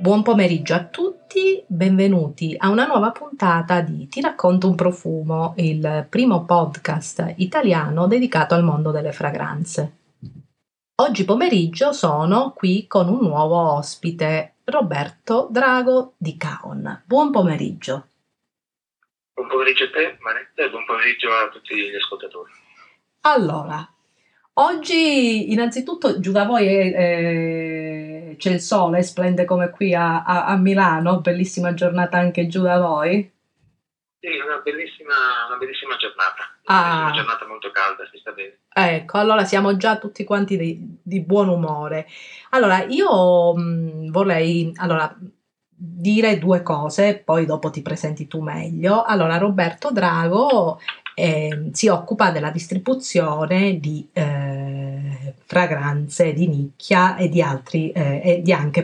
Buon pomeriggio a tutti, benvenuti a una nuova puntata di Ti racconto un profumo, il primo podcast italiano dedicato al mondo delle fragranze. Oggi pomeriggio sono qui con un nuovo ospite, Roberto Drago di Caon. Buon pomeriggio. Buon pomeriggio a te, Manetta, e buon pomeriggio a tutti gli ascoltatori. Allora, oggi innanzitutto giù da voi c'è il sole, splende come qui a Milano, bellissima giornata anche giù da voi. Sì, una bellissima giornata molto calda, si sta bene. Ecco, allora siamo già tutti quanti di buon umore. Allora, io vorrei dire due cose, poi dopo ti presenti tu meglio. Allora, Roberto Drago si occupa della distribuzione di fragranze di nicchia e di altri e di anche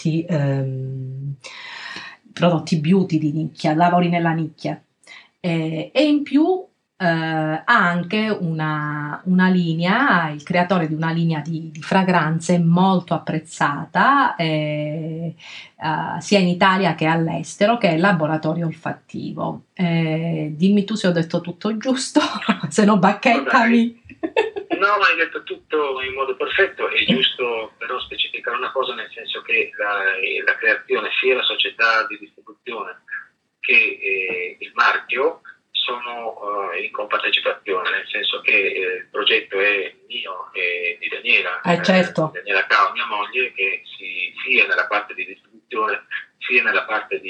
prodotti beauty di nicchia, lavori nella nicchia. E in più ha anche una linea, il creatore di una linea di fragranze molto apprezzata sia in Italia che all'estero, che è il Laboratorio Olfattivo. Dimmi tu se ho detto tutto giusto, se no bacchettami. No, hai detto tutto in modo perfetto. È giusto però specificare una cosa, nel senso che la creazione, sia la società di distribuzione che il marchio sono in compartecipazione, nel senso che il progetto è mio e di Daniela, Certo. Daniela Cao, mia moglie, che sia nella parte di distribuzione sia nella parte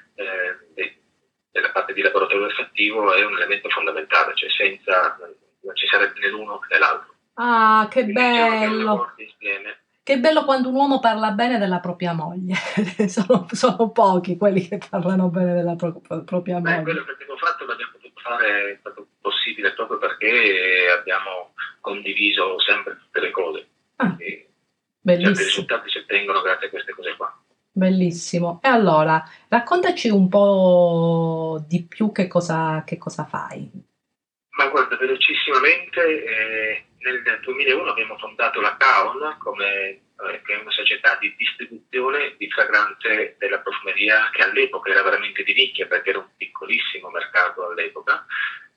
nella parte di laboratorio olfattivo è un elemento fondamentale, cioè senza non ci sarebbe né l'uno né l'altro. Ah, che Quindi diciamo che è un bello! lavoro insieme. Che bello quando un uomo parla bene della propria moglie. Sono pochi quelli che parlano bene della propria moglie. Quello che abbiamo fatto l'abbiamo potuto fare, è stato possibile proprio perché abbiamo condiviso sempre tutte le cose. Certi Bellissimo. risultati si ottengono grazie a queste cose qua. Bellissimo. E allora, raccontaci un po' di più che cosa fai. Ma guarda, velocissimamente, nel 2001 abbiamo fondato la Caon, che è una società di distribuzione di fragranze della profumeria, che all'epoca era veramente di nicchia perché era un piccolissimo mercato all'epoca.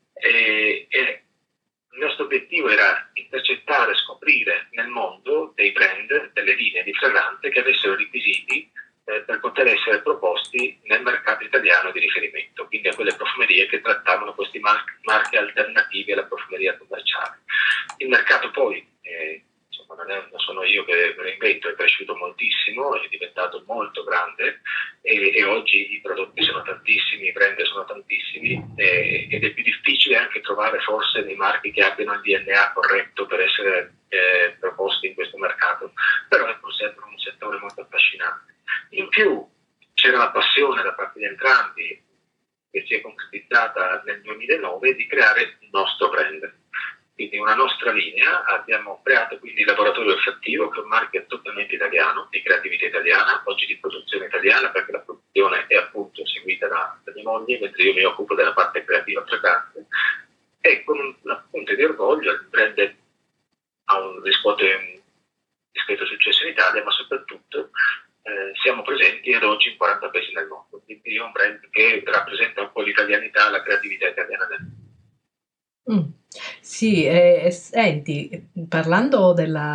E il nostro obiettivo era intercettare, scoprire nel mondo dei brand, delle linee di fragranze che avessero requisiti per poter essere proposti nel mercato italiano di riferimento, quindi a quelle profumerie che trattavano questi marchi alternativi alla profumeria commerciale. Il mercato poi, insomma, non sono io che me lo invento, è cresciuto moltissimo, è diventato molto grande e oggi i prodotti sono tantissimi, i brand sono tantissimi ed è più difficile anche trovare forse dei marchi che abbiano il DNA corretto per essere proposti in questo mercato, però è pur sempre un settore molto affascinante. In più c'era la passione da parte di entrambi, che si è concretizzata nel 2009, di creare il nostro brand, quindi una nostra linea. Abbiamo creato quindi il Laboratorio Olfattivo, che è un marchio totalmente italiano, di creatività italiana, oggi di produzione italiana, perché la produzione è appunto seguita da mia moglie, mentre io mi occupo della parte creativa fragranze, e con un punto di orgoglio il brand riscuote un discreto successo in Italia, ma soprattutto siamo presenti ad oggi in 40 paesi nel mondo, quindi è un brand che rappresenta un po' l'italianità, la creatività italiana del mondo. Sì, senti, parlando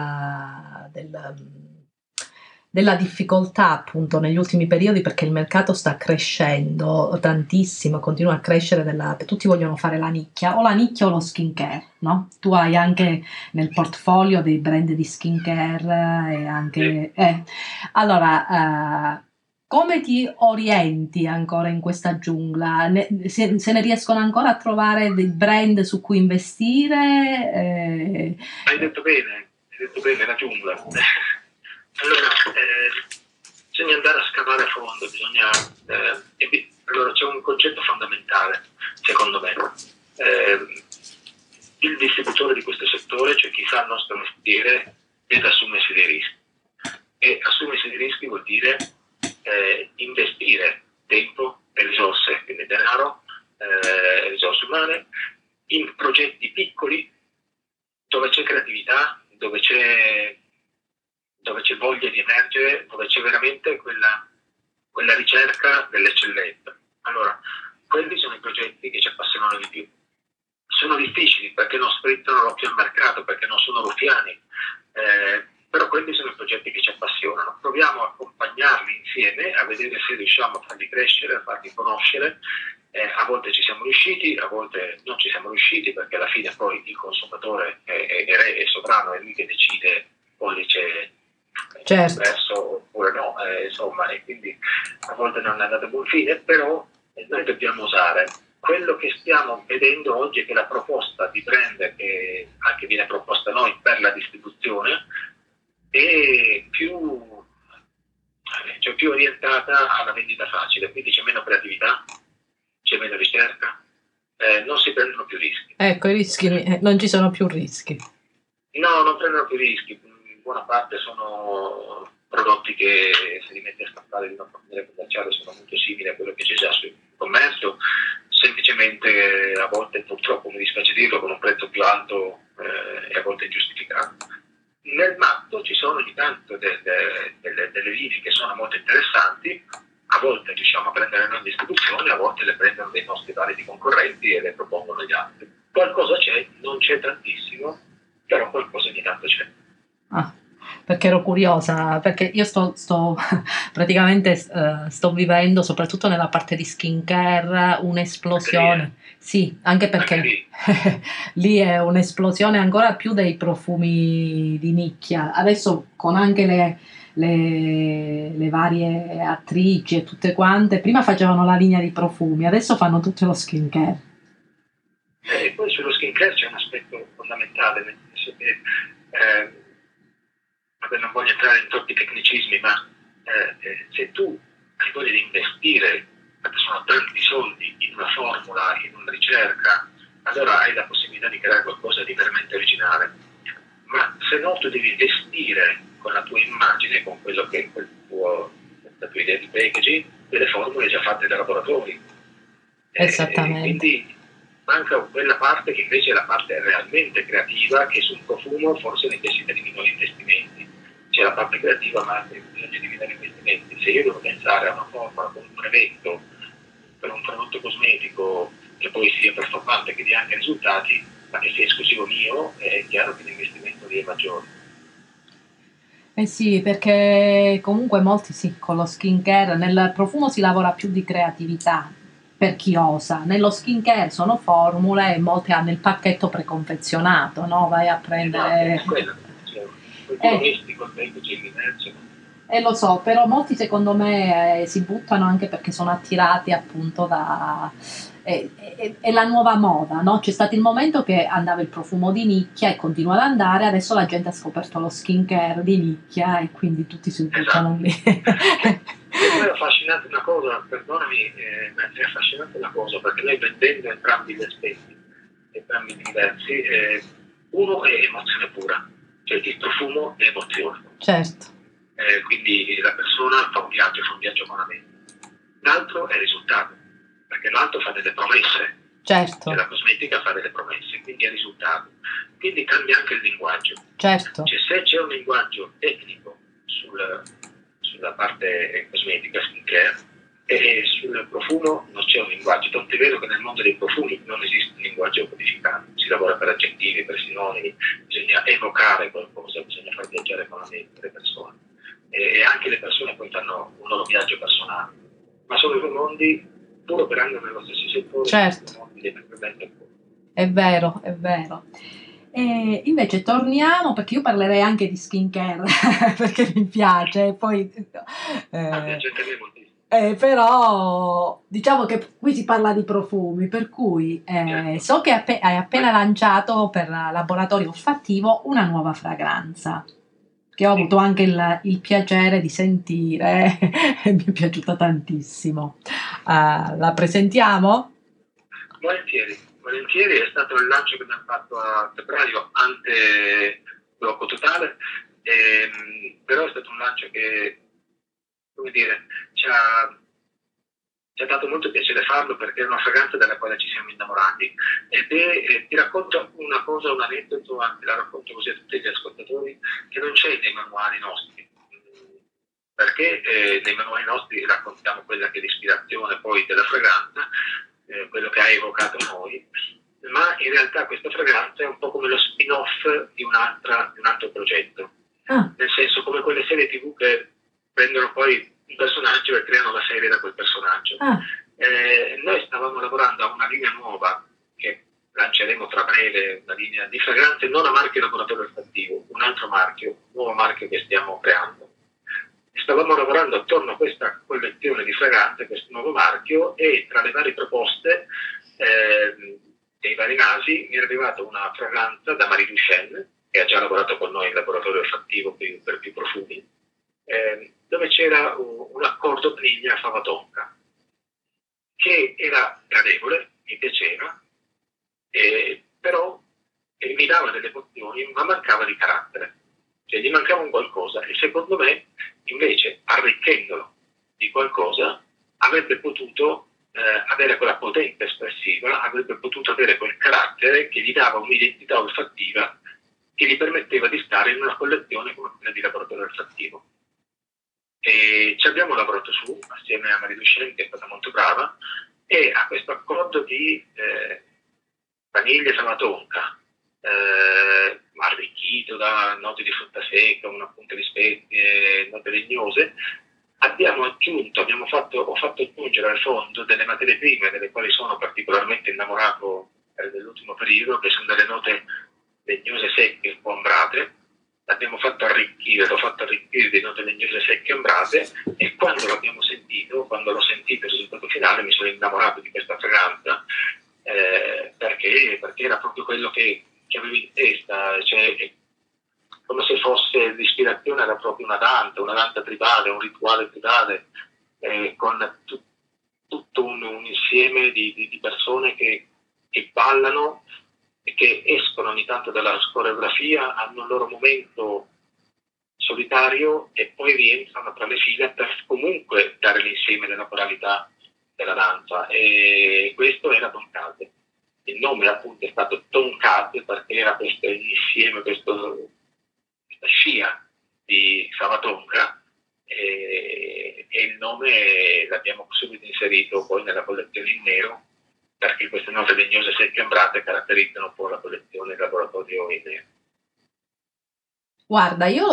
della difficoltà appunto negli ultimi periodi, perché il mercato sta crescendo tantissimo, continua a crescere, tutti vogliono fare la nicchia o lo skincare, no? Tu hai anche nel portfolio dei brand di skincare e anche... Allora, come ti orienti ancora in questa giungla? Se ne riescono ancora a trovare dei brand su cui investire? Hai detto bene, la giungla. Allora, bisogna andare a scavare a fondo, allora c'è un concetto fondamentale, secondo me. Il distributore di questo settore, cioè chi fa il nostro mestiere, deve assumersi dei rischi. E assumersi dei rischi vuol dire investire tempo e risorse, quindi denaro, risorse umane, in progetti piccoli dove c'è creatività, dove c'è voglia di emergere, dove c'è veramente quella quella ricerca dell'eccellenza. Allora, quelli sono i progetti che ci appassionano di più. Sono difficili perché non sfruttano l'occhio al mercato, perché non sono ruffiani, però quelli sono i progetti che ci appassionano. Proviamo a accompagnarli insieme, a vedere se riusciamo a farli crescere, a farli conoscere. A volte ci siamo riusciti, a volte non ci siamo riusciti, perché alla fine poi il consumatore è re, è sovrano, è lui che decide pollice Certo. verso oppure no, insomma, e quindi a volte non è andato a buon fine, però noi dobbiamo usare. Quello che stiamo vedendo oggi è che la proposta di brand che anche viene proposta a noi per la distribuzione è più orientata alla vendita facile, quindi c'è meno creatività, c'è meno ricerca, non si prendono più rischi. Ecco, i rischi, non ci sono più rischi. No, non prendono più rischi, in buona parte sono prodotti che se li metti a scappare di una forniera commerciale sono molto simili a quello che c'è già sul commercio, semplicemente a volte purtroppo mi dispiace dirlo con un prezzo più alto e a volte ingiustificato. Nel matto ci sono ogni tanto delle linee che sono molto interessanti, a volte riusciamo a prendere noi in distribuzione, a volte le prendono dei nostri validi concorrenti e le propongono agli altri. Qualcosa c'è, non c'è tantissimo, però qualcosa ogni tanto c'è. Perché ero curiosa, perché io sto praticamente sto vivendo, soprattutto nella parte di skincare, un'esplosione. Sì, anche perché lì è un'esplosione ancora più dei profumi di nicchia. Adesso con anche le varie attrici e tutte quante, prima facevano la linea di profumi, adesso fanno tutto lo skincare. E poi sullo skincare c'è un aspetto fondamentale, nel senso che non voglio entrare in troppi tecnicismi, ma se tu hai voglia di investire, perché sono tanti soldi in una formula, in una ricerca, allora hai la possibilità di creare qualcosa di veramente originale. Ma se no tu devi investire con la tua immagine, con quello che è la tua idea di packaging, delle formule già fatte dai laboratori. Esattamente. Quindi manca quella parte che invece è la parte realmente creativa, che sul profumo forse necessita di minori investimenti. C'è la parte creativa, ma bisogna di minori investimenti. Se io devo pensare a una formula con un brevetto per un prodotto cosmetico che poi sia performante, che dia anche risultati, ma che sia esclusivo mio, è chiaro che l'investimento lì è maggiore. Eh sì, perché comunque molti sì, con lo skincare, nel profumo si lavora più di creatività per chi osa. Nello skincare sono formule e molte hanno il pacchetto preconfezionato, no? Vai a prendere... È quello, cioè, il domestico, il packaging, lo so, però molti secondo me si buttano anche perché sono attirati appunto da... È la nuova moda, no? C'è stato il momento che andava il profumo di nicchia e continua ad andare, adesso la gente ha scoperto lo skincare di nicchia e quindi tutti si buttano lì. E poi è affascinante una cosa, perdonami, ma è affascinante una cosa, perché noi vendendo entrambi gli aspetti, entrambi diversi, uno è emozione pura, cioè il profumo è emozione. Certo. Quindi la persona fa un viaggio con la mente. L'altro è il risultato, perché l'altro fa delle promesse. Certo. Cioè la cosmetica fa delle promesse, quindi è il risultato. Quindi cambia anche il linguaggio. Certo. Cioè, se c'è un linguaggio tecnico sulla parte cosmetica, skincare, e sul profumo non c'è un linguaggio, tanto è vero che nel mondo dei profumi non esiste un linguaggio codificato, si lavora per aggettivi, per sinonimi, bisogna evocare qualcosa, bisogna far viaggiare con la mente le persone e anche le persone poi fanno un loro viaggio personale, ma sono due mondi pur operando nello stesso settore. Certo. È vero, è vero. E invece torniamo, perché io parlerei anche di skincare, perché mi piace, poi... però diciamo che qui si parla di profumi, per cui so che hai appena lanciato per laboratorio olfattivo una nuova fragranza, che ho avuto anche il piacere di sentire e mi è piaciuta tantissimo. La presentiamo? Volentieri, è stato il lancio che abbiamo fatto a febbraio, ante blocco totale, però è stato un lancio che, come dire, ci ha dato molto piacere farlo perché è una fragranza della quale ci siamo innamorati ti racconto una cosa, un aneddoto, anche la racconto così a tutti gli ascoltatori, che non c'è nei manuali nostri. perché nei manuali nostri raccontiamo quella che è l'ispirazione poi della fragranza, quello che ha evocato noi, ma in realtà questa fragranza è un po' come lo spin-off di un altro progetto, nel senso come quelle serie TV che prendono poi un personaggio e creano la serie da quel personaggio. Noi stavamo lavorando a una linea nuova che lanceremo tra breve, una linea di fragranze non a marchio laboratorio olfattivo, un altro marchio, un nuovo marchio che stiamo creando. Stavamo lavorando attorno a questa collezione di fragranze, questo nuovo marchio, e tra le varie proposte dei vari nasi mi è arrivata una fragranza da Marie Duchesne, che ha già lavorato con noi in laboratorio olfattivo per più profumi, dove c'era un accordo vaniglia fava tonka, che era gradevole, mi piaceva, però mi dava delle emozioni, ma mancava di carattere, cioè gli mancava un qualcosa, e secondo me invece arricchendolo di qualcosa avrebbe potuto avere quella potenza espressiva, avrebbe potuto avere quel carattere che gli dava un'identità olfattiva che gli permetteva di stare in una collezione come quella di laboratorio olfattivo. E ci abbiamo lavorato su, assieme a Marie Duchesne, che è stata molto brava, e a questo accordo di vaniglia e fava tonka, arricchito da note di frutta secca, una punta di spezie, note legnose, ho fatto aggiungere al fondo delle materie prime delle quali sono particolarmente innamorato nell'ultimo periodo, che sono delle note legnose secche un po' ambrate. L'ho fatto arricchire di note legnose secche ambrate, e quando l'ho sentito il risultato finale, mi sono innamorato di questa fragranza, perché era proprio quello che avevo in testa, cioè come se fosse l'ispirazione, era proprio una danza tribale, un rituale tribale, con tutto un insieme di persone che ballano e che escono ogni tanto dalla coreografia, hanno il loro momento solitario e poi rientrano tra le file per comunque dare l'insieme della coralità della danza, e questo era Tonkate. Il nome appunto è stato Tonkate perché era questo insieme, questa scia di Savatonka, e il nome l'abbiamo subito inserito poi nella collezione in nero, perché queste note legnose secche ambrate caratterizzano un po' la collezione del laboratorio in nero. Guarda, io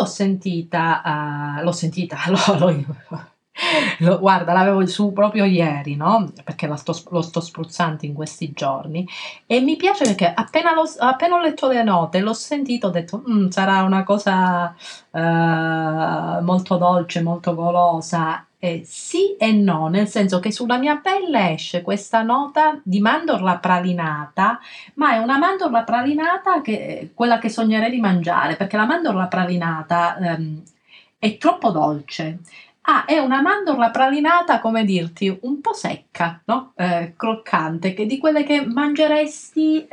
guarda, l'avevo su proprio ieri, no? Perché lo sto spruzzando in questi giorni, e mi piace perché appena ho letto le note, l'ho sentito, ho detto, sarà una cosa molto dolce, molto golosa. Sì e no, nel senso che sulla mia pelle esce questa nota di mandorla pralinata, ma è una mandorla pralinata che quella che sognerei di mangiare, perché la mandorla pralinata è troppo dolce. Ah, è una mandorla pralinata, come dirti, un po' secca, no? Croccante, che di quelle che mangeresti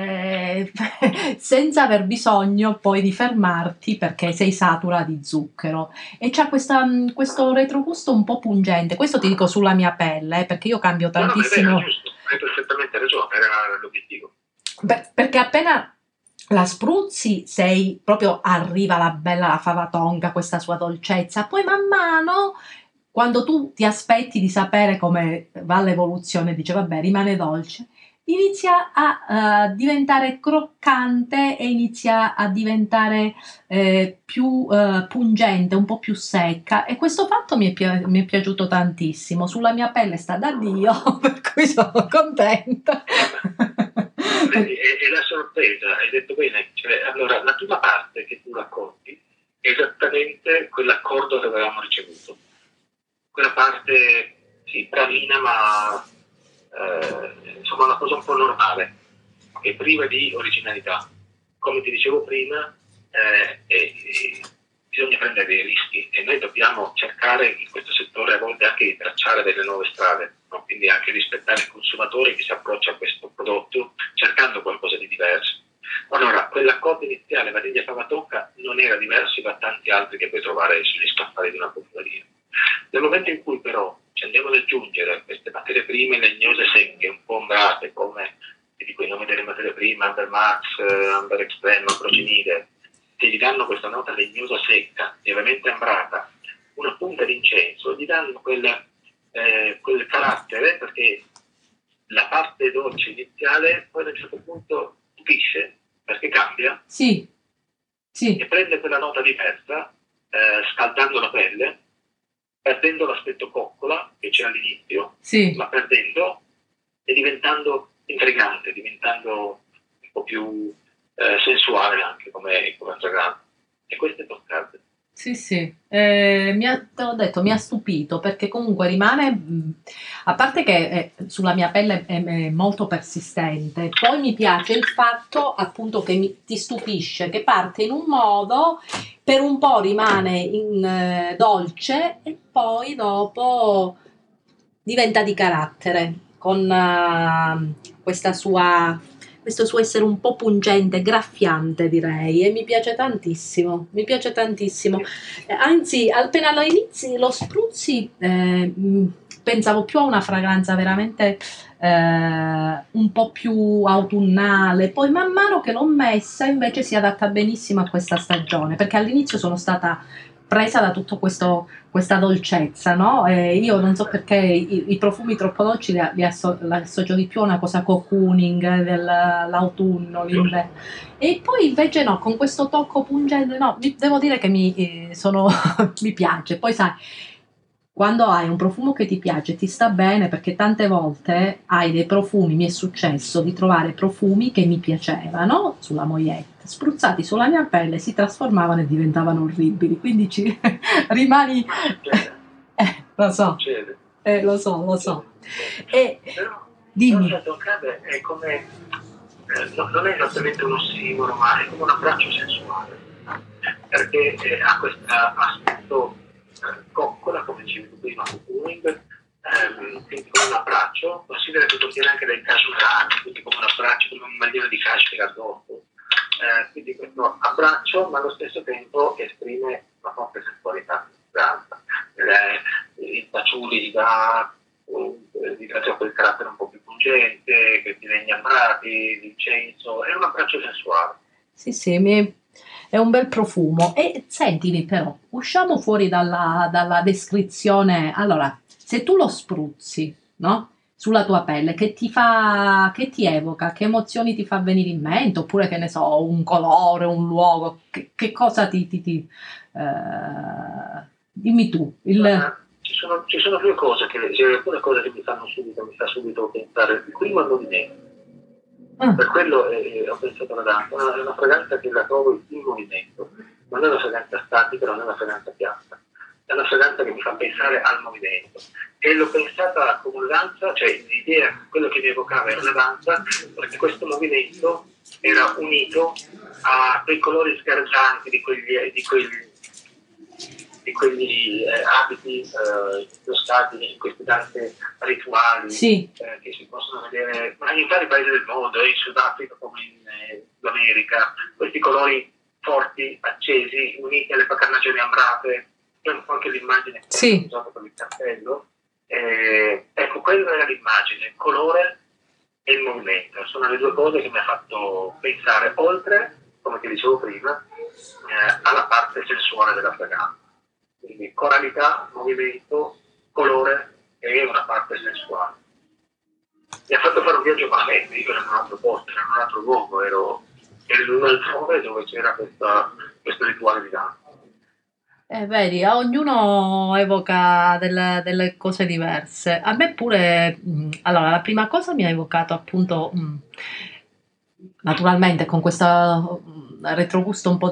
senza aver bisogno poi di fermarti perché sei satura di zucchero. E c'ha questo retrogusto un po' pungente. Questo ti dico sulla mia pelle, perché io cambio tantissimo. No, è giusto, hai perfettamente ragione, era l'obiettivo. Perché appena la spruzzi, proprio arriva la fava tonka, questa sua dolcezza. Poi man mano, quando tu ti aspetti di sapere come va l'evoluzione, dice vabbè, rimane dolce, inizia a diventare croccante e inizia a diventare più pungente, un po' più secca, e questo fatto mi è piaciuto tantissimo. Sulla mia pelle sta da Dio, per cui sono contenta. Vedi, è la sorpresa, hai detto bene, cioè, allora la prima parte che tu racconti è esattamente quell'accordo che avevamo ricevuto, quella parte sì, bravina, ma insomma una cosa un po' normale, che priva di originalità. Come ti dicevo prima, bisogna prendere dei rischi, e noi dobbiamo cercare in questo settore a volte anche di tracciare delle nuove strade, no? Quindi anche rispettare il consumatore che si approccia a questo prodotto cercando qualcosa di diverso. Allora, quell'accordo iniziale vaniglia fava tonka non era diverso da tanti altri che puoi trovare sugli scaffali di una profumeria. Nel momento in cui però ci andiamo ad aggiungere queste materie prime legnose secche, un po' ombrate, come ti dico i nomi delle materie prime, Amber Max, Amber Extreme, Procinide, che gli danno questa nota legnosa secca, lievemente ambrata, una punta di incenso, gli danno quel carattere, perché la parte dolce iniziale poi a un certo punto stupisce, perché cambia Sì, e sì, prende quella nota diversa, scaldando la pelle, perdendo l'aspetto coccola che c'è all'inizio, sì. ma perdendo e diventando intrigante, diventando un po' più sensuale anche come fragranza. E questo è toccante. Sì, sì, te l'ho detto, mi ha stupito perché comunque rimane, a parte che sulla mia pelle è molto persistente, poi mi piace il fatto appunto che ti stupisce, che parte in un modo, per un po' rimane dolce e poi dopo diventa di carattere, con questo suo essere un po' pungente, graffiante direi, e mi piace tantissimo, mi piace tantissimo. Anzi, appena lo inizi, lo spruzzi, pensavo più a una fragranza veramente un po' più autunnale, poi man mano che l'ho messa invece si adatta benissimo a questa stagione, perché all'inizio sono stata presa da tutto questa dolcezza, no? Io non so perché i profumi troppo dolci li associo di più a una cosa cocooning dell'autunno, l'inverno. E poi invece no, con questo tocco pungente, no, devo dire che mi piace. Poi sai, quando hai un profumo che ti piace, ti sta bene, perché tante volte hai dei profumi, mi è successo di trovare profumi che mi piacevano sulla moglietta, spruzzati sulla mia pelle, si trasformavano e diventavano orribili, quindi rimani... Ma succede, lo so, succede, lo so, lo succede. so. E Però dimmi, certo accade è come, non è esattamente un ossimoro, ma è come un abbraccio sensuale, perché ha questo aspetto coccola, come dicevi tu prima, cocooning, quindi come un abbraccio, considera che contiene anche del casuale, quindi come un abbraccio, come un maglione di cashmere addosso. Quindi questo abbraccio, ma allo stesso tempo esprime una forte sessualità. Il patchouli gli dà quel carattere un po' più pungente, che ti legni ambrati, l'incenso, è un abbraccio sensuale. sì, sì, è un bel profumo. E sentimi però, usciamo fuori dalla descrizione. Allora, se tu lo spruzzi, no? Sulla tua pelle, che ti evoca, che emozioni ti fa venire in mente, oppure che ne so, un colore, un luogo, che cosa dimmi tu, Guarda, ci sono due cose c'è alcune cose che mi fa subito pensare. Il primo è il movimento. ah, Per quello ho pensato alla danza, è una fragranza che la trovo in movimento, non è una fragranza statica, non è una fragranza piatta, è una fragranza che mi fa pensare al movimento. E l'ho pensata come una danza, cioè l'idea, quello che mi evocava era una danza, perché questo movimento era unito a quei colori sgargianti di quegli abiti indossati in queste danze rituali sì, che si possono vedere in vari paesi del mondo, in Sudafrica come in America, questi colori forti, accesi, uniti alle carnagioni ambrate, c'è un po' anche l'immagine che hanno sì, usato per il cappello. Ecco, quella era l'immagine, il colore e il movimento, sono le due cose che mi ha fatto pensare, oltre, come ti dicevo prima, alla parte sensuale della fragranza. Quindi coralità, movimento, colore e una parte sensuale. Mi ha fatto fare un viaggio con la mente, io ero in un altro posto, ero in un altro luogo, ero in un'altrove dove c'era questo rituale di danza. vedi, a ognuno evoca delle cose diverse. A me pure, allora, la prima cosa mi ha evocato appunto, naturalmente con questo retrogusto un po'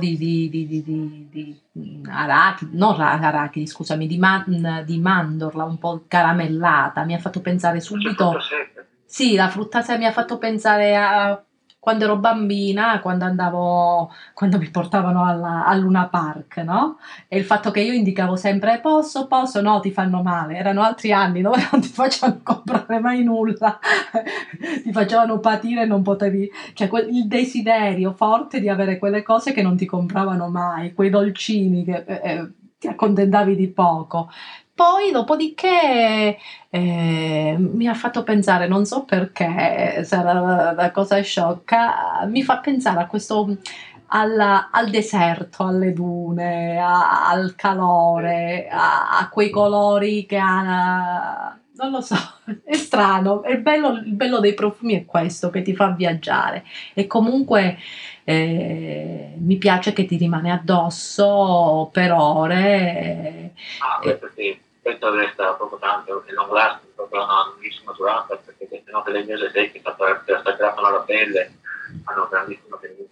di arachidi, non arachidi, scusami, di mandorla un po' caramellata. Mi ha fatto pensare Ma c'è frutta subito, secca. sì, la fruttata mi ha fatto pensare a quando ero bambina, quando mi portavano al Luna Park, no? E il fatto che io indicavo sempre posso, no, ti fanno male. Erano altri anni dove non ti facevano comprare mai nulla, ti facevano patire e non potevi, cioè il desiderio forte di avere quelle cose che non ti compravano mai, quei dolcini che ti accontentavi di poco. Poi, dopodiché, mi ha fatto pensare, non so perché, sarà una cosa sciocca, mi fa pensare a questo al deserto, alle dune, al calore, a quei colori che ha, non lo so, è strano. Il bello dei profumi è questo, che ti fa viaggiare. E comunque mi piace che ti rimane addosso per ore. Ah, questo sì, questo resta proprio tanto, e long lasting, proprio una lunghissima durata, perché queste note legnose secche che attaccato alla pelle hanno grandissima tenuta.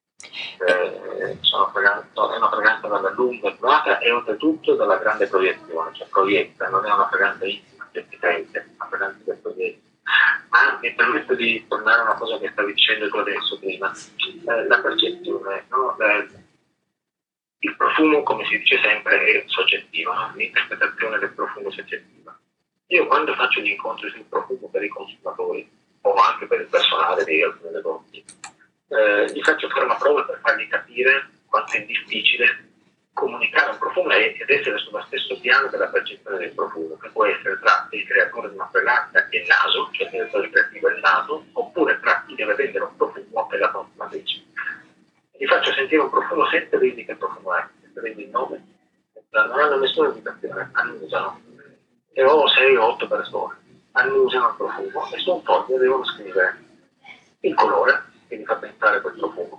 È una fragranza dalla lunga durata e oltretutto dalla grande proiezione, cioè proietta, non è una fragranza intima che ti sente, è una fragranza che proietta. Ma mi permetto di tornare a una cosa che stavi dicendo tu adesso prima, la percezione, no? Il profumo, come si dice sempre, è soggettivo, no? L'interpretazione del profumo è soggettiva. Io quando faccio gli incontri sul profumo per i consumatori o anche per il personale di alcuni negozi, gli faccio fare una prova per fargli capire quanto è difficile comunicare un profumo ed essere sullo stesso piano della percezione del profumo, che può essere tra il creatore di una fragranza e il naso, cioè il direttore creativo e il naso, oppure tra chi deve vendere un profumo e la consumatrice. Gli faccio sentire un profumo senza dirgli che profumo è, senza dirgli il nome, non hanno nessuna indicazione, annusano. E ho 6 o 8 persone, annusano il profumo e su un foglio devono scrivere il colore che mi fa pensare quel profumo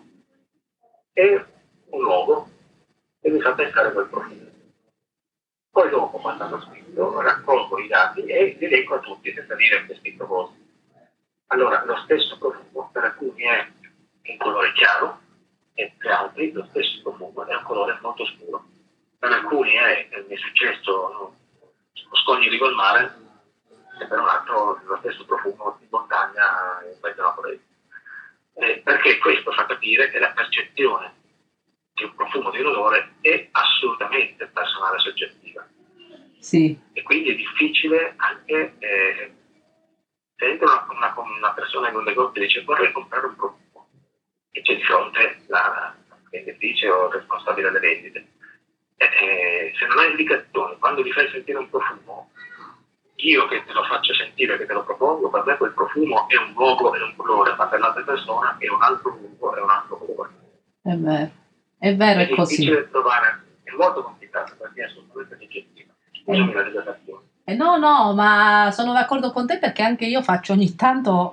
e un logo che mi fa pensare quel profumo. Poi dopo, quando hanno scritto, raccolgo i dati e li leggo a tutti senza dire che è scritto cosa. Allora, lo stesso profumo per alcuni è in colore chiaro e per altri lo stesso profumo è un colore molto scuro. Per alcuni mi è successo, no, scogli di col mare e per un altro lo stesso profumo di montagna in mezzo alla foresta. Perché questo fa capire che la percezione di un profumo, di un odore è assolutamente personale e soggettiva. Sì. E quindi è difficile anche se entra una persona in un negozio e dice vorrei comprare un profumo e c'è di fronte la venditrice o il responsabile delle vendite. Se non hai indicazioni, quando gli fai sentire un profumo, io che te lo faccio sentire, che te lo propongo, per me quel profumo è un luogo e un colore, ma per l'altra persona è un altro luogo e un altro colore. È vero, È è così. difficile trovare, è molto complicato perché è assolutamente soggettiva. Scusami la rilevazione. No, ma sono d'accordo con te perché anche io faccio ogni tanto,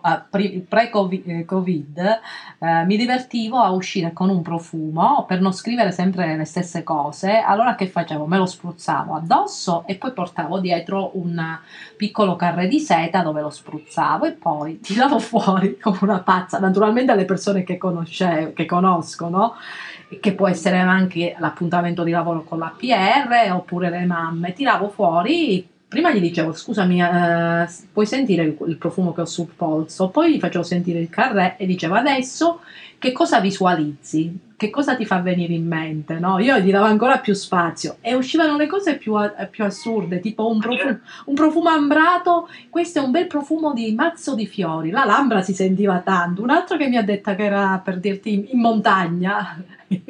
pre-Covid, mi divertivo a uscire con un profumo per non scrivere sempre le stesse cose. Allora che facevo? Me lo spruzzavo addosso e poi portavo dietro un piccolo carré di seta dove lo spruzzavo e poi tiravo fuori come una pazza. Naturalmente alle persone che conoscono, che può essere anche l'appuntamento di lavoro con la PR oppure le mamme, tiravo fuori. Prima gli dicevo, scusami, puoi sentire il profumo che ho sul polso? Poi gli facevo sentire il carré e dicevo, adesso che cosa visualizzi? Che cosa ti fa venire in mente? No? Io gli davo ancora più spazio e uscivano le cose più assurde, tipo un profumo ambrato, questo è un bel profumo di mazzo di fiori, la l'ambra si sentiva tanto, un altro che mi ha detto che era per dirti in montagna.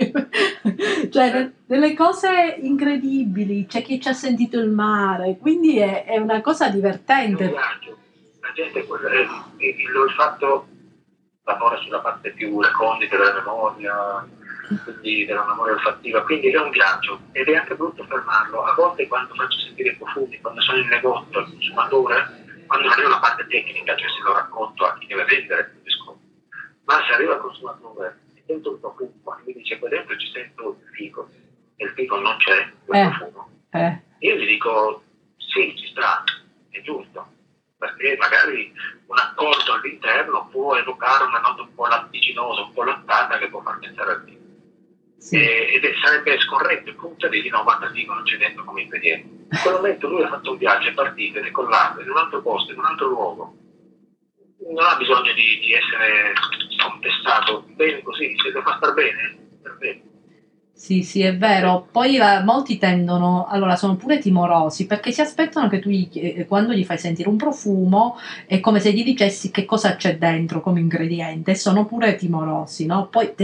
Cioè delle cose incredibili, c'è chi ci ha sentito il mare, quindi è una cosa divertente. È un viaggio. La gente, l'olfatto lavora sulla parte più recondita della memoria, quindi della memoria olfattiva, quindi è un viaggio ed è anche brutto fermarlo. A volte quando faccio sentire i profumi, quando sono in negozio al consumatore, quando non è una parte tecnica, cioè se lo racconto a chi deve vendere, ma se arriva al consumatore e sento un profumo e mi dice qua dentro ci sento il fico e il fico non c'è quel profumo, io gli dico sì, ci sta, è giusto, perché magari un accordo all'interno può evocare una nota un po' latticinosa, un po' lattata che può far pensare al fico. Sì. Ed sarebbe scorretto il punto di dire no, guarda il fico non c'è dentro come ingrediente. In quel momento lui ha fatto un viaggio, è partito, è decollato in un altro posto, in un altro luogo. Non ha bisogno di essere contestato, bene così, se lo fa star bene, per bene. Sì, è vero. Poi molti tendono, allora sono pure timorosi perché si aspettano che tu quando gli fai sentire un profumo è come se gli dicessi che cosa c'è dentro come ingrediente e sono pure timorosi, no? Poi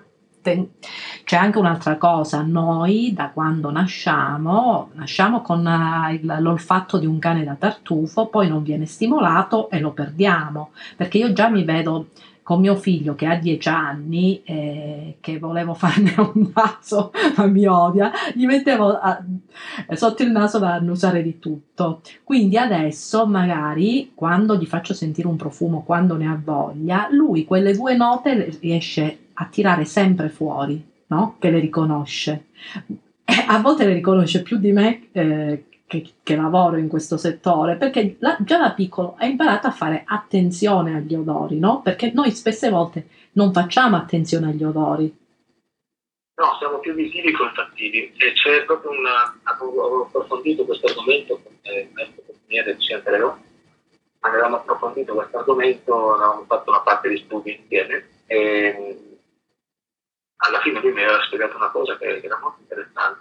c'è anche un'altra cosa, noi da quando nasciamo con l'olfatto di un cane da tartufo, poi non viene stimolato e lo perdiamo, perché io già mi vedo con mio figlio che ha 10 anni, che volevo farne un naso, ma mi odia, gli mettevo sotto il naso da annusare di tutto. Quindi adesso magari quando gli faccio sentire un profumo, quando ne ha voglia, lui quelle due note riesce a tirare sempre fuori, no? Che le riconosce. A volte le riconosce più di me, che lavoro in questo settore, perché già da piccolo ha imparato a fare attenzione agli odori, no? Perché noi spesse volte non facciamo attenzione agli odori. No, siamo più visivi che olfattivi e c'è proprio avevo approfondito questo argomento con il maestro Cotiniere del Centro, avevamo approfondito questo argomento, avevamo fatto una parte di studi insieme e alla fine lui mi aveva spiegato una cosa che era molto interessante.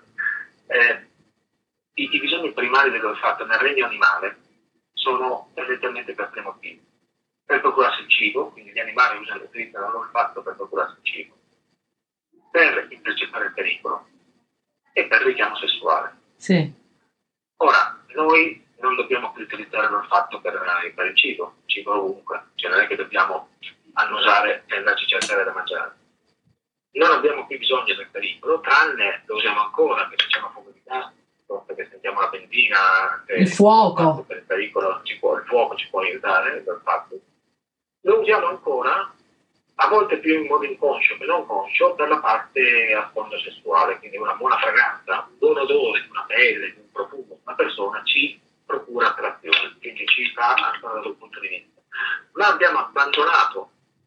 I bisogni primari dell'olfatto nel regno animale sono tendenzialmente per tre motivi. Per procurarsi il cibo, quindi gli animali utilizzano l'olfatto per procurarsi il cibo, per intercettare il pericolo e per richiamo sessuale. Sì. Ora, noi non dobbiamo più utilizzare l'olfatto per il cibo ovunque, cioè non è che dobbiamo annusare e andarci a cercare da mangiare. Non abbiamo più bisogno del pericolo, tranne lo usiamo ancora perché c'è una fuga di gas, perché sentiamo la benzina, il fuoco. Per il pericolo il fuoco ci può aiutare, l'olfatto. Lo usiamo ancora, a volte più in modo inconscio che non conscio, per la parte a sfondo sessuale, quindi una buona fragranza, un buon odore, una pelle, un profumo, una persona ci procura attrazione, quindi ci fa ancora dal punto di vista. Ma abbiamo abbandonato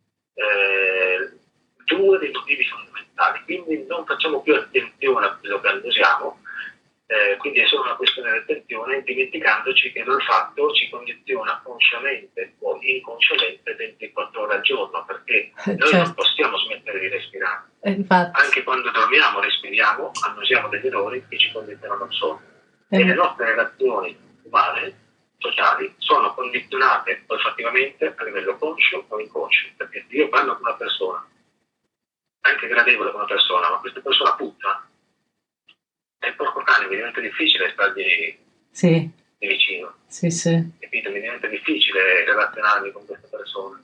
due dei motivi fondamentali, quindi non facciamo più attenzione a quello che annusiamo, quindi è solo una questione di attenzione, dimenticandoci che l'olfatto ci condiziona consciamente o inconsciamente 24 ore al giorno, perché noi non possiamo smettere di respirare. Anche quando dormiamo respiriamo, annusiamo degli odori che ci condizionano il sonno. E le nostre relazioni umane, sociali, sono condizionate olfattivamente a livello conscio o inconscio, perché se io parlo con una persona, anche gradevole con una persona, ma questa persona puzza, è il porco cane, mi diventa difficile stargli di vicino. Sì, sì. Capito? Mi diventa difficile relazionarmi con questa persona.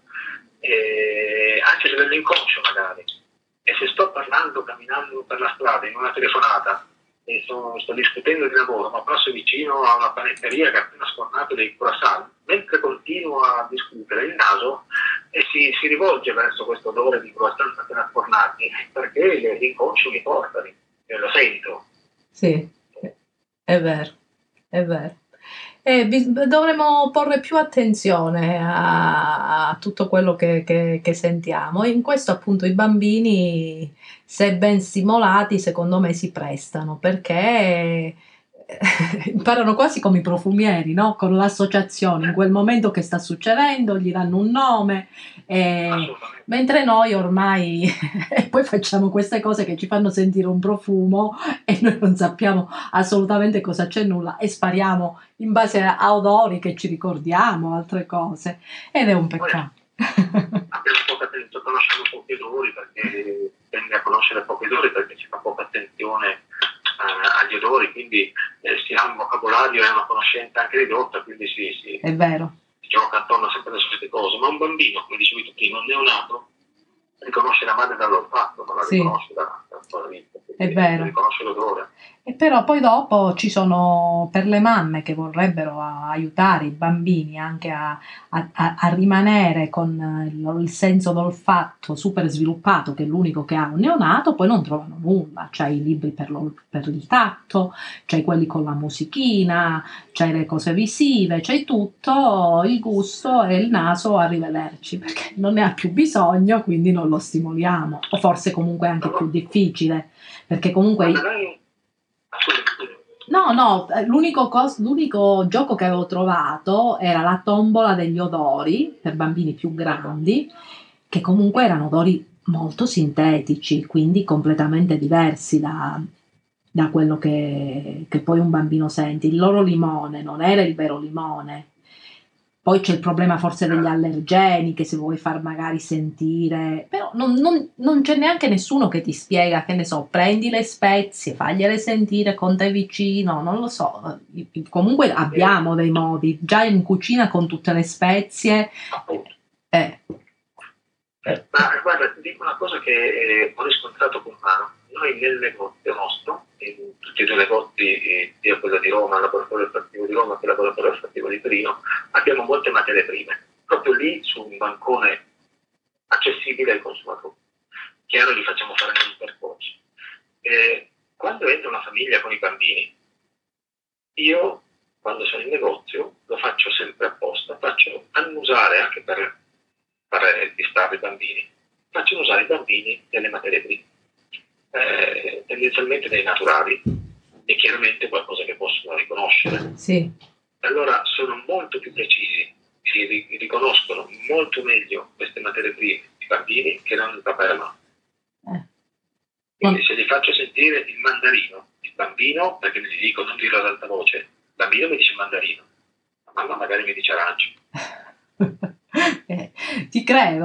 E anche a livello inconscio magari. E se sto parlando, camminando per la strada, in una telefonata, e sto discutendo di lavoro, ma passo vicino a una panetteria che ha appena sfornato dei croissant, mentre continuo a discutere, il naso si rivolge verso questo odore di croissant appena sfornati, perché l'inconscio mi porta, lo sento. Sì, è vero, è vero. Dovremmo porre più attenzione a tutto quello che sentiamo. E in questo appunto i bambini, se ben stimolati, secondo me si prestano, perché imparano quasi come i profumieri, no? Con l'associazione, in quel momento che sta succedendo, gli danno un nome, mentre noi ormai e poi facciamo queste cose che ci fanno sentire un profumo e noi non sappiamo assolutamente cosa c'è, nulla, e spariamo in base a odori che ci ricordiamo, altre cose, ed è un peccato. Abbiamo poca attenzione, conosciamo pochi odori, perché tende a conoscere pochi odori perché ci fa poca attenzione agli odori, quindi si ha un vocabolario e una conoscenza anche ridotta, quindi sì. È vero. Si gioca attorno sempre alle solite cose, ma un bambino, come dicevi tu prima, un neonato, riconosce la madre dall'olfatto, non la riconosce dalla sua vita, è vero. Riconosce l'odore. E però poi dopo ci sono, per le mamme che vorrebbero aiutare i bambini anche a rimanere con il senso d'olfatto super sviluppato, che è l'unico che ha un neonato, poi non trovano nulla. C'hai i libri per il tatto, c'hai quelli con la musichina, c'hai le cose visive, c'hai tutto, il gusto e il naso a rivederci, perché non ne ha più bisogno, quindi non lo stimoliamo. O forse comunque è anche più difficile, perché comunque... No, l'unico gioco che avevo trovato era la tombola degli odori per bambini più grandi, che comunque erano odori molto sintetici, quindi completamente diversi da quello che poi un bambino sente. Il loro limone non era il vero limone. Poi c'è il problema forse degli allergeni, che se vuoi far magari sentire, però non c'è neanche nessuno che ti spiega, che ne so, prendi le spezie, fagliele sentire con te vicino, non lo so. Comunque abbiamo dei modi, già in cucina con tutte le spezie. Ma guarda, ti dico una cosa che ho riscontrato con mano. Noi nel negozio nostro, in tutti e due negozi, sia quello di Roma, il laboratorio olfattivo di Roma che il laboratorio olfattivo di Torino, abbiamo molte materie prime, proprio lì su un bancone accessibile ai consumatori. Chiaro, li facciamo fare un percorso. Quando entra una famiglia con i bambini, io quando sono in negozio lo faccio sempre apposta, faccio annusare anche per fare distrarre i bambini, faccio usare i bambini delle materie prime, tendenzialmente dei naturali e chiaramente qualcosa che possono riconoscere. Sì. Allora sono molto più precisi, si riconoscono molto meglio queste materie prime i bambini che non il papà e la mamma. Quindi se gli faccio sentire il mandarino, il bambino, perché gli dico non dirlo ad alta voce, il bambino mi dice mandarino, la mamma magari mi dice arancio. Ti credo,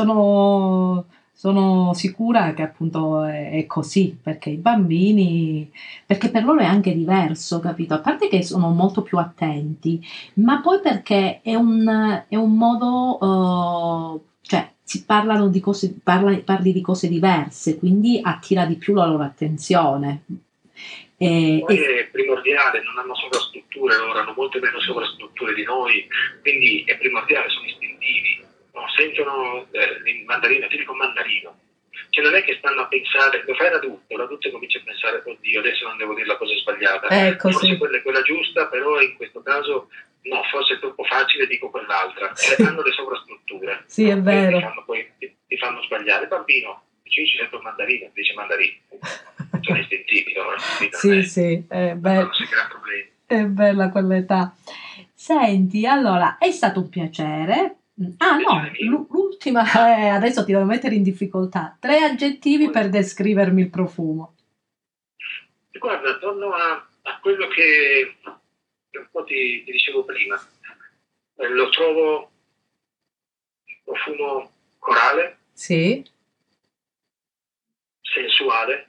sono sicura che appunto è così, perché i bambini, perché per loro è anche diverso, capito? A parte che sono molto più attenti, ma poi perché è un modo, cioè si parlano di cose, parli di cose diverse, quindi attira di più la loro attenzione. Poi è primordiale, non hanno sovrastrutture, loro hanno molte meno sovrastrutture di noi, quindi è primordiale, sono istintivi, no? Sentono il mandarino, ti dico mandarino. Cioè non è che stanno a pensare, lo fai l'adulto comincia a pensare, oddio, adesso non devo dire la cosa sbagliata, forse quella è quella giusta, però in questo caso no, forse è troppo facile, dico quell'altra. Hanno le sovrastrutture, sì, no? È vero. Ti fanno sbagliare. Il bambino dice sempre mandarino, dice mandarino. Sono istintivi, no? Sì, non si crea problemi. È bella quell'età. Senti, allora, è stato un piacere. No, l'ultima, adesso ti devo mettere in difficoltà. 3 aggettivi per descrivermi il profumo. Guarda, torno a quello che un po' ti dicevo prima. Lo trovo un profumo corale, sì, sensuale,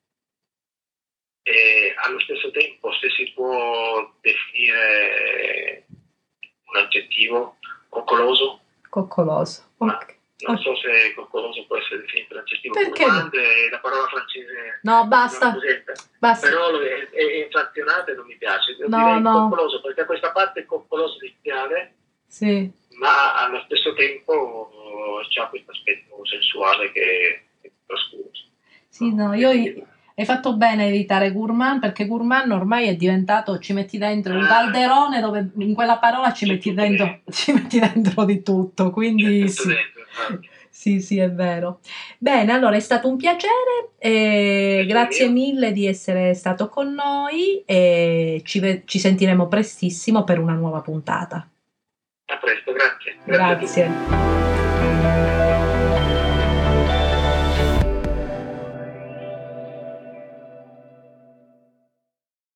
e allo stesso tempo, se si può definire un aggettivo, coccoloso. Coccoloso. Okay. Non so se coccoloso può essere definito un aggettivo. Perché gourmand, la parola francese. No, basta. Però è inflazionata e non mi piace. Direi coccoloso, perché a questa parte è coccoloso iniziale, sì, ma allo stesso tempo c'ha questo aspetto sensuale che è trascurso. Sì, no, hai fatto bene a evitare gourmand, perché gourmand ormai è diventato, ci metti dentro un calderone dove in quella parola ci metti dentro di tutto, quindi sì, è vero. Bene, allora è stato un piacere, grazie mille di essere stato con noi e ci sentiremo prestissimo per una nuova puntata. A presto, grazie. Grazie.